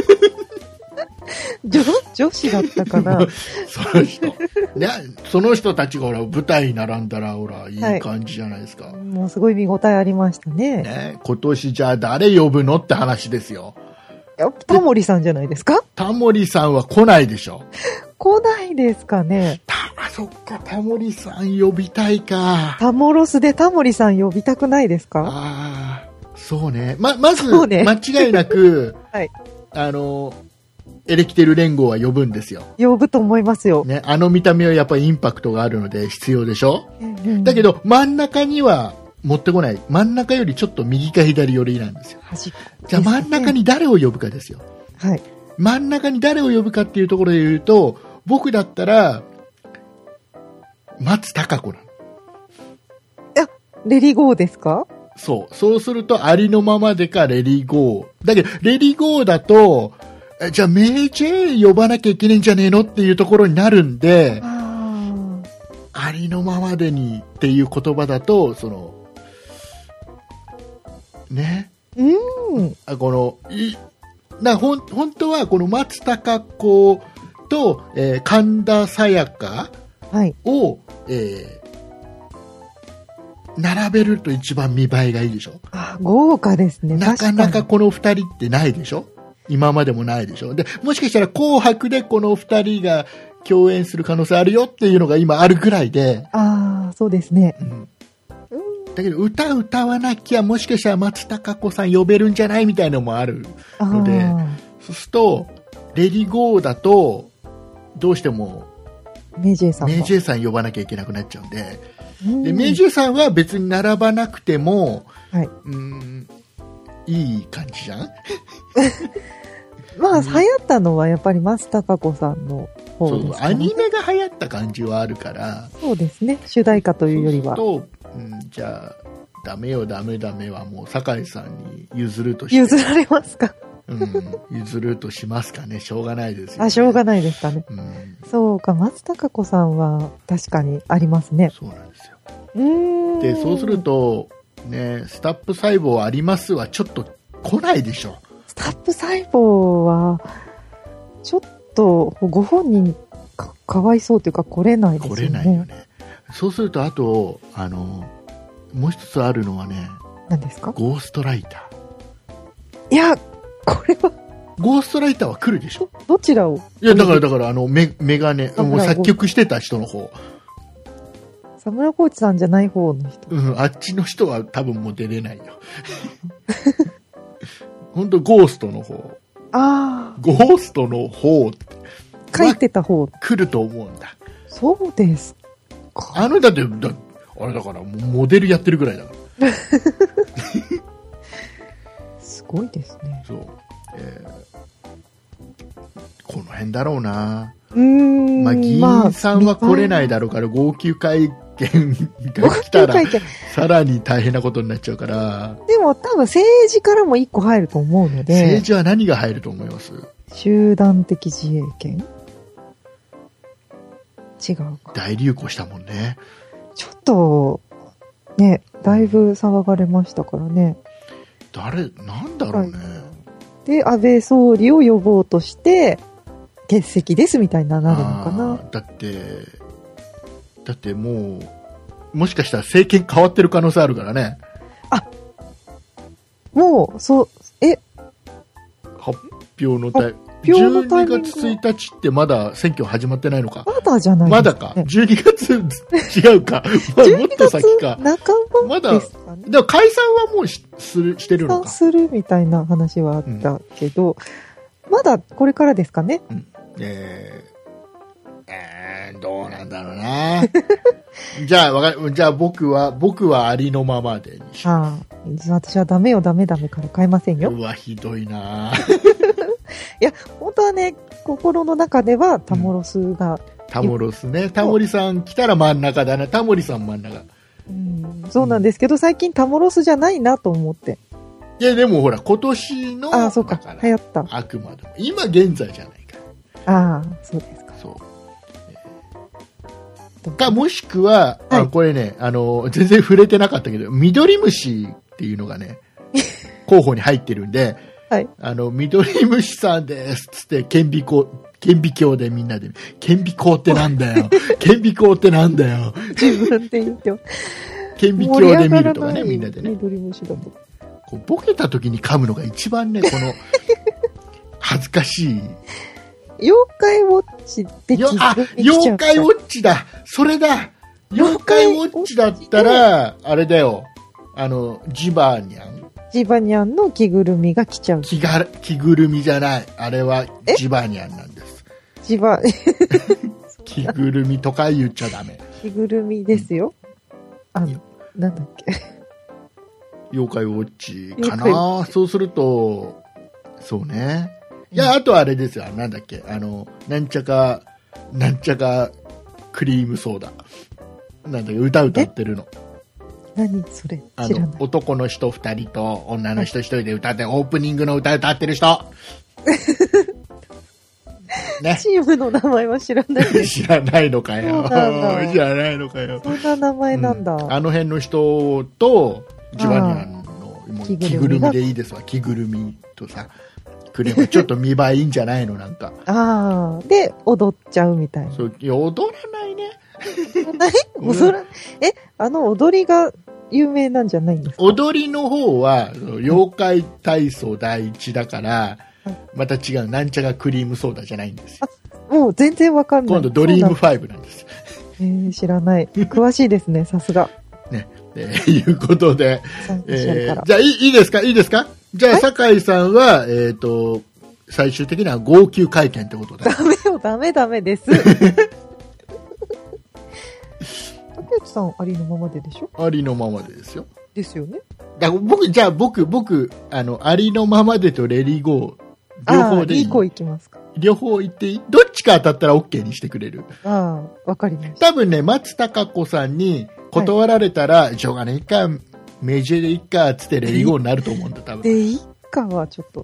女, 女子だったかな。 その人、ね、その人たちがほら舞台に並んだらほらいい感じじゃないですか、はい、 もうすごい見応えありましたね。 ね、今年じゃあ誰呼ぶのって話ですよ。 タモリさんじゃないですか？ タモリさんは来ないでしょ。 来ないですかね。 あ、そっか、タモリさん呼びたいか。 タモロスでタモリさん呼びたくないですか？ ああ、そうね。ま、まず、ね、間違いなく、はい、あの、エレキテル連合は呼ぶんですよ。 呼ぶと思いますよ。 ね、あの見た目はやっぱりインパクトがあるので必要でしょ、うんうん、だけど、真ん中には持ってこない。真ん中よりちょっと右か左寄りなんですよ。端っこですね。じゃあ真ん中に誰を呼ぶかですよ。はい。真ん中に誰を呼ぶかっていうところで言うと、僕だったら、松たか子なの。 あ、レリゴーですか？ そう。そうすると、ありのままでかレリゴー。だけど、レリゴーだと、じゃあ、メイジェイ呼ばなきゃいけないんじゃねえのっていうところになるんで、あ, ありのままでにっていう言葉だと、その、ね。うん。あ、この、い、な、ほん、本当はこの松たか子と、えー、神田沙也加を、はい、えー、並べると一番見栄えがいいでしょ。 あ、豪華ですね。 なかなかこの二人ってないでしょ。今までもないでしょ。で、もしかしたら紅白でこの二人が共演する可能性あるよっていうのが今あるくらいで。 ああ、そうですね。うん、 だけど歌歌わなきゃもしかしたら松たか子さん呼べるんじゃないみたいなのもあるので、そうするとレディゴーだとどうしてもメイジェイさんメイジェイさん呼ばなきゃいけなくなっちゃうんで、うん、でメイジェイさんは別に並ばなくても、はい、うーんいい感じじゃん。 まあ流行ったのはやっぱり松たか子さんの方ですかね。 そう、アニメが流行った感じはあるから。 そうですね、主題歌というよりは。 そうすると、うん、じゃあダメよダメダメはもう酒井さんに譲るとして。 譲られますか？ うん、譲るとしますかね。しょうがないですよね。 あ、しょうがないですかね。うん、そうか、松たか子さんは確かにありますね。 そうなんですよ。うーん。で、そうするとね、スタップ細胞ありますはちょっと来ないでしょ。 スタップ細胞はちょっとご本人 か, かわいそうというか来れないですよね。 来れないよね。そうするとあとあのもう一つあるのはね。 何ですか？ ゴーストライター。いや、これはゴーストライターは来るでしょ。 どちらを？ いやだからだからあのメメガネもう作曲してた人の方。 サムラコーチさんじゃない方の人。 うん、あっちの人は多分もう出れないよ。本当ゴーストの方。ああ。ゴーストの方って書いてた方来ると思うんだ。 そうですか。 あのだってだあれだからモデルやってるぐらいだから。 すごいですね。 そう、えー、この辺だろうな。 うーん。 まあ議員さんは来れないだろうから、まあ、号泣会験が来たらさらに大変なことになっちゃうから。 でも多分政治からも一個入ると思うので。 政治は何が入ると思います？ 集団的自衛権？違うか。 大流行したもんね。 ちょっとね、だいぶ騒がれましたからね。 誰なんだろうね。 で、安倍総理を呼ぼうとして欠席ですみたいになるのかな。 だってだってもうもしかしたら政権変わってる可能性あるからね。 あ、もうそうえ発表のタイじゅうにがつついたちってまだ選挙始まってないのか。 まだじゃないですか、ね。 まだか。じゅうにがつ違うか。まあ、もっと先か。 半ばですかね。 まだでも解散はもう し, するしてるのか。 解散するみたいな話はあったけど、うん、まだこれからですかね。うん、 えー、えー、どうなんだろうな。じゃあわかじゃあ僕は僕はありのままでにします。 ああ、私はダメよダメダメから変えませんよ。 うわひどいな。 いや本当はね心の中ではタモロスが、うん、 タモロスね。タモリさん来たら真ん中だな。タモリさん真ん中。 うん、そうなんですけど、うん、最近タモロスじゃないなと思って。 いやでもほら今年のあそうか流行ったあくまでも今現在じゃないか。 ああそうですか。 そう。えー、かもしくは、はい、あこれねあの全然触れてなかったけどミドリムシっていうのがね候補に入ってるんで。はい、あの、緑虫さんですつって、顕微鏡、顕微鏡でみんなで、顕微鏡ってなんだよ。顕微鏡ってなんだよ。 自分で言って顕微鏡で見るとかね、みんなでね。 緑虫だと。 こうボケた時に噛むのが一番ね、この、恥ずかしい。 妖怪ウォッチってよあ、妖怪ウォッチだ。それだ。妖怪ウォッチだったら、あれだよ。あの、ジバーニャン。 ジバニャンの着ぐるみが来ちゃう。 着が着ぐるみじゃない。あれはジバニャンなんです。 ジバ、 着ぐるみとか言っちゃダメ。 着ぐるみですよ。うん、あの、なんだっけ。 妖怪ウォッチかな。そうすると、そうね。いや、あとあれですよ。なんだっけ。あの、なんちゃか、なんちゃかクリームソーダ。なんだっけ、歌歌ってるの。 何それあの男の人ふたりと女の人ひとりで歌って、はい、オープニングの歌歌ってる人、 ね、チームの名前は知らないです。 知らないのかよ。知らないのかよ。 そんな名前なんだ、 うん、あの辺の人とジバニャンの着ぐるみでいいですわ。着ぐるみとさくればちょっと見栄えいいんじゃないのなんか。 ああで踊っちゃうみたいな。 そういや踊らないね。 踊らえあの踊りが有名なんじゃないんですか。 踊りの方は妖怪体操第一だから、はい、また違うなんちゃがクリームソーダじゃないんですよ。 もう全然わかんない。 今度ドリームファイブなんです。 えー、知らない。詳しいですねさすが。 ね、えー、いうことで、えー、じゃあいい、いいですかいいですか。じゃあ酒井さんはえっ、ー、と最終的には号泣会見ってことで。 ダメよダメダメです。竹内さんありのままででしょ。 ありのままでですよ。 ですよね。 だ僕じゃあ僕僕あのありのままでとレリゴー両方でいい。 いい子いきますか。 両方言っていい。どっちか当たったら OK にしてくれる。 ああわかりました。 多分ね松たか子さんに断られたら、はい、しょうがないかメジェでいっかっつってレリゴーになると思うんだ多分。 でいっかはちょっと。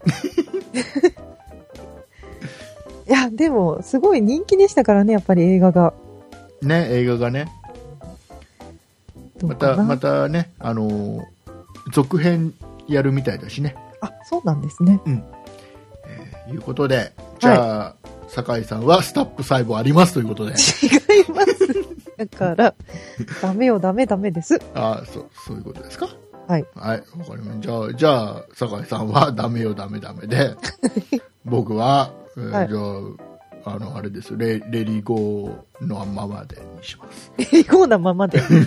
いやでもすごい人気でしたからねやっぱり映画が。 ね映画がね。またまたねあのー、続編やるみたいだしね。 あそうなんですね。 うん。えー、いうことでじゃあ、はい、酒井さんはスタップ細胞ありますということで。 違います。だからダメよダメダメです。 あそうそういうことですか。 はいはいわかりました。じゃあじゃあ酒井さんはダメよダメダメで僕は、えーはい、じゃあ。あのあれですレレリゴーのままでにします。 レリゴーのままで。はい、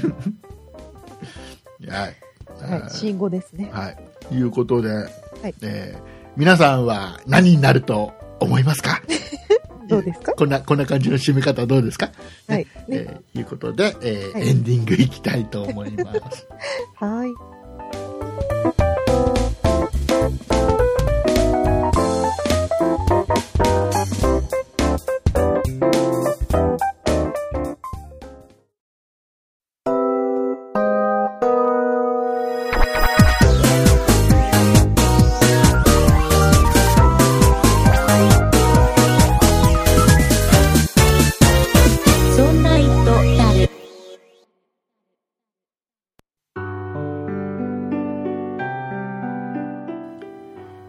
はい、 信号ですね。 はい、いうことで、はいえー、皆さんは何になると思いますか。 どうですか。 こんなこんな感じの締め方どうですか。 はい。ねえー、いうことで、えーはい、エンディングいきたいと思います。 はい。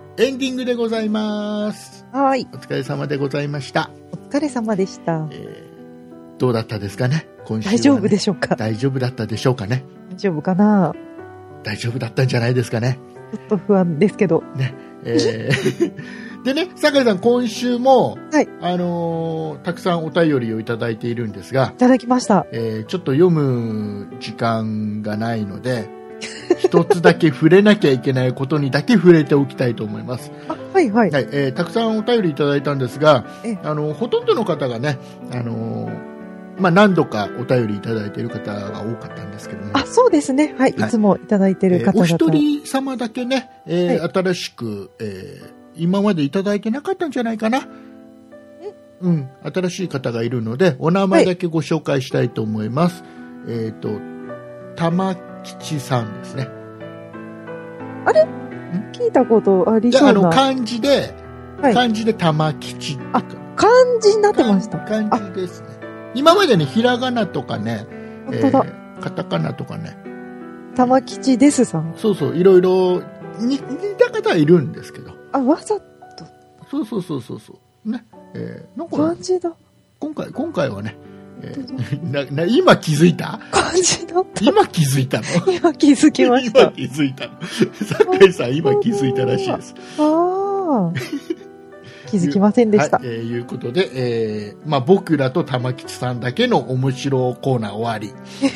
エンディングでございます。 はい。 お疲れ様でございました。 お疲れ様でした。 えー、どうだったですかね、今週は、ね。 大丈夫でしょうか。 大丈夫だったでしょうかね。 大丈夫かな。 大丈夫だったんじゃないですかね。 ちょっと不安ですけど。 ね。えー、でね、酒井さん、今週も、 はい。 あのー、たくさんお便りをいただいているんですが。 いただきました。 えー、ちょっと読む時間がないので、一つだけ触れなきゃいけないことにだけ触れておきたいと思います。 あ、はいはい。 はい、えー、たくさんお便りいただいたんですが、あの、ほとんどの方がね、あのー、まあ、何度かお便りいただいている方が多かったんですけども。 あ、そうですね。はい。はい、いつもいただいている方々、 えー、お一人様だけね、えーはい、新しく、えー、今までいただいてなかったんじゃないかな。うん、新しい方がいるので、お名前だけご紹介したいと思います。はい、えっと、玉吉さんですね。 あれ聞いたことありそうな。 あの、漢字で、はい、漢字で玉吉。 あ、漢字になってました。 漢字ですね。今までね、ひらがなとかね、 本当だ、 えー、カタカナとかね。 玉吉ですさん。 そうそう、いろいろ似た方はいるんですけど。 あ、わざと。 そうそうそうそうそう。ね。えー、なんか漢字だ。 今回、今回はね、えー、なな今気づいた？ 漢字だった。 今気づいたの？ 今気づきました。 今気づいたの。酒井さん、今気づいたらしいです。 ああ。気づきませんでした。 はい、えー、いうことで、えー、まあ僕らと玉吉さんだけの面白コーナー終わり。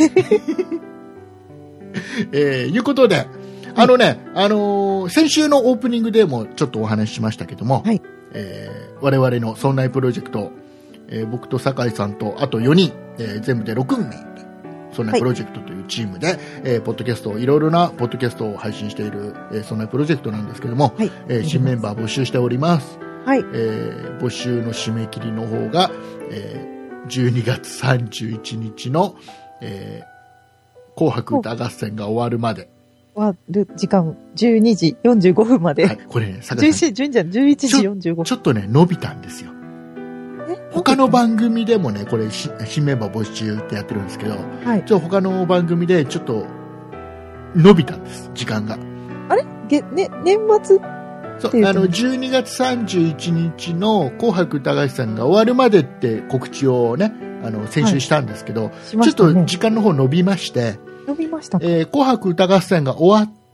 えー、いうことで、あのね、あのー、先週のオープニングでもちょっとお話ししましたけども、はい、えー、我々のそんないプロジェクト、えー、僕と酒井さんとあとよにん、えー、全部でろくにんでそんないプロジェクトというチームで、はい、えー、ポッドキャストいろいろなポッドキャストを配信している、えー、そんないプロジェクトなんですけども、はい、えー、新メンバー募集しております。はい、えー、募集の締め切りの方が、えー、じゅうにがつさんじゅういちにちの、えー、紅白歌合戦が終わるまで。 終わる時間じゅうにじよんじゅうごふんまで。はい、 これね、 酒井さん。じゅういちじ、じゅういちじよんじゅうごふん。 ちょっとね、伸びたんですよ。他の番組でもね、これ、新メンバー募集ってやってるんですけど、はい、ちょ他の番組でちょっと伸びたんです、時間が。 あれげ、ね、年末そう、あの、じゅうにがつさんじゅういちにちの紅白歌合戦が終わるまでって告知をね、あの、先週したんですけど、はい、ね、ちょっと時間の方伸びまして、 伸びましたか、 えー、紅白歌合戦が終わって、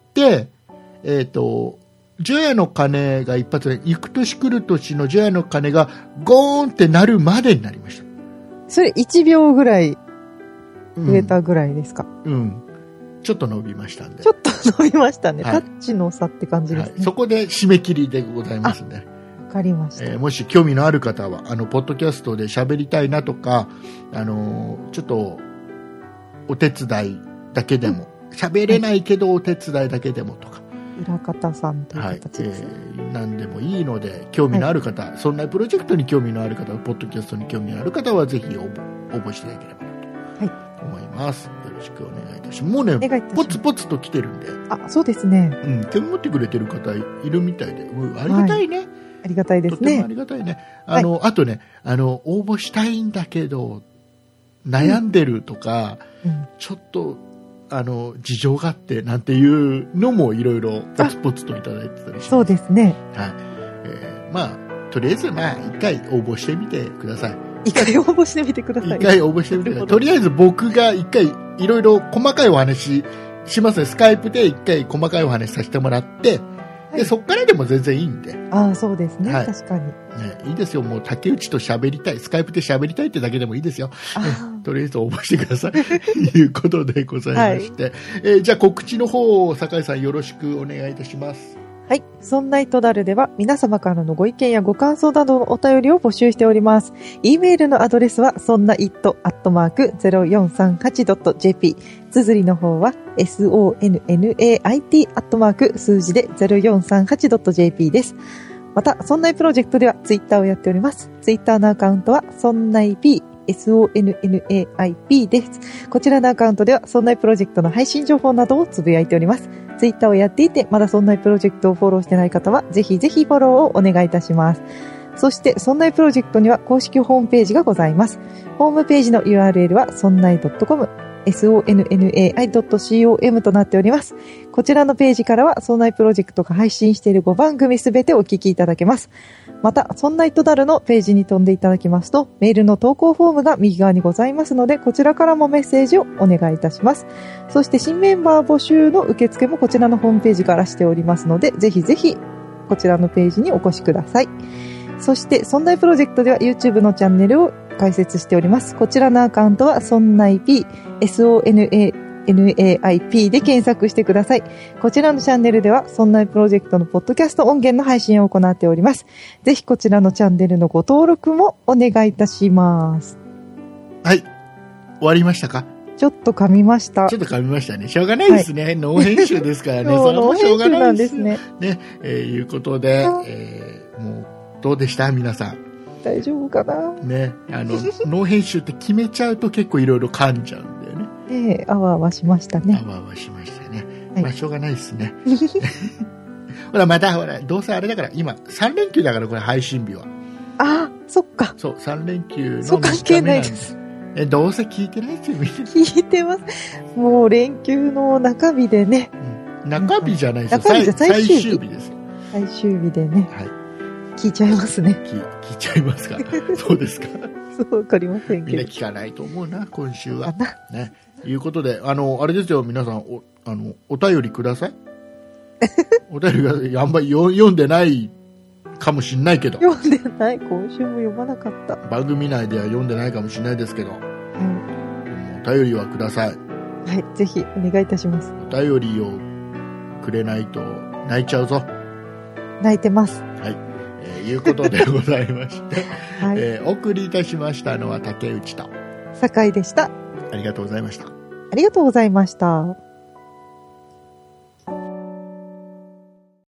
えっと、除夜の鐘が一発で、行く年来る年の除夜の鐘がゴーンってなるまでになりました。 それいちびょうぐらい増えたぐらいですか？ うん。うん、ちょっと伸びましたんで。 ちょっと伸びましたね。はい、タッチの差って感じですね。はい、 そこで締め切りでございますね。 わかりました。 えー、もし興味のある方は、あの、ポッドキャストで喋りたいなとか、あのー、ちょっと、お手伝いだけでも、喋、うん、れないけどお手伝いだけでもとか。 裏方さんという形ですね。はい、 えー、何でもいいので、興味のある方、はい、そんなプロジェクトに興味のある方、ポッドキャストに興味のある方は、ぜひ応募、応募していただければなと思います。はい、よろしくお願いいたします。もうね、ポツポツと来てるんで。 あ、そうですね。 うん、興味持ってくれてる方いるみたいで、うん、ありがたいね。はい、 ありがたいですね。 とてもありがたいね。あの、はい、あとね、あの、応募したいんだけど、悩んでるとか、うんうん、ちょっと、あの、事情があってなんていうのもいろいろポツポツといただいてたりします。 そうですね。 はい。えー、まあ、とりあえずまあ、一回応募してみてください。 一回応募してみてください。 一回応募してみてください。とりあえず僕が一回いろいろ細かいお話しますね。スカイプで一回細かいお話させてもらって、はい、でそっからでも全然いいんで。 ああ、そうですね、はい。確かに。 ね、いいですよ。もう竹内と喋りたい。スカイプで喋りたいってだけでもいいですよ。とりあえず応募してください。ということでございまして。はい、えー、じゃあ告知の方を酒井さんよろしくお願いいたします。 はい。そんないとだるでは皆様からのご意見やご感想などのお便りを募集しております。e メールのアドレスはそんな it アットマーク ゼロよんさんはちドットジェーピー。綴りの方は sonnait アットマーク数字で ゼロよんさんはちドットジェーピー です。また、そんないプロジェクトではツイッターをやっております。ツイッターのアカウントはそんない Pエスオーエヌエヌエーアイピー です。こちらのアカウントでは、そんないプロジェクトの配信情報などをつぶやいております。ツイッターをやっていて、まだそんないプロジェクトをフォローしてない方は、ぜひぜひフォローをお願いいたします。そして、そんないプロジェクトには公式ホームページがございます。ホームページの ユーアールエル はそんない .com、 ソンナイドットコム となっております。こちらのページからは、ソンナイプロジェクトが配信しているごばんぐみすべてお聞きいただけます。また、ソンナイトダルのページに飛んでいただきますと、メールの投稿フォームが右側にございますので、こちらからもメッセージをお願いいたします。そして、新メンバー募集の受付もこちらのホームページからしておりますので、ぜひぜひ、こちらのページにお越しください。そして、ソンナイプロジェクトでは YouTube のチャンネルを開設しております。こちらのアカウントは、ソンナイ P、エスオーエヌエーエヌエーアイピー で検索してください。こちらのチャンネルでは、ソンナイプロジェクトのポッドキャスト音源の配信を行っております。ぜひこちらのチャンネルのご登録もお願いいたします。 はい。終わりましたか？ ちょっと噛みました。 ちょっと噛みましたね。しょうがないですね。はい、ノー編集ですからね。それもしょうがないですね。ね、えー、いうことで、えー、もう、どうでした皆さん。 大丈夫かなね、あの、ノー編集って決めちゃうと結構いろいろ噛んじゃうんだよね。 ええ、あわあわしましたね。 あわあわしましたね。はい、まあ、しょうがないですね。ほら、また、ほら、どうせあれだから、今、さん連休だから、これ、配信日は。 ああ、そっか。 そう、さん連休の。 そう、関係ないです。 え、どうせ聞いてないですよ、みんな。 聞いてます。もう、連休の中日でね。 うん、中日じゃないですよ。 中日じゃ最終日。 最終日ですよ。 最終日でね。 はい。 聞いちゃいますね。 聞, 聞いちゃいますか。そうですか。 そう、わかりませんけど。 みんな聞かないと思うな、今週は。ね。いうことで、あの、あれですよ、皆さん、お、あの、お便りください。お便りがあんまり読んでないかもしんないけど。 読んでない。今週も読まなかった。 番組内では読んでないかもしれないですけど。うん。お便りはください。 はい、ぜひお願いいたします。 お便りをくれないと泣いちゃうぞ。 泣いてます。 はい。えー、いうことでございまして、 はい、 えー、お送りいたしましたのは竹内と酒井でした。 ありがとうございました。 ありがとうございました。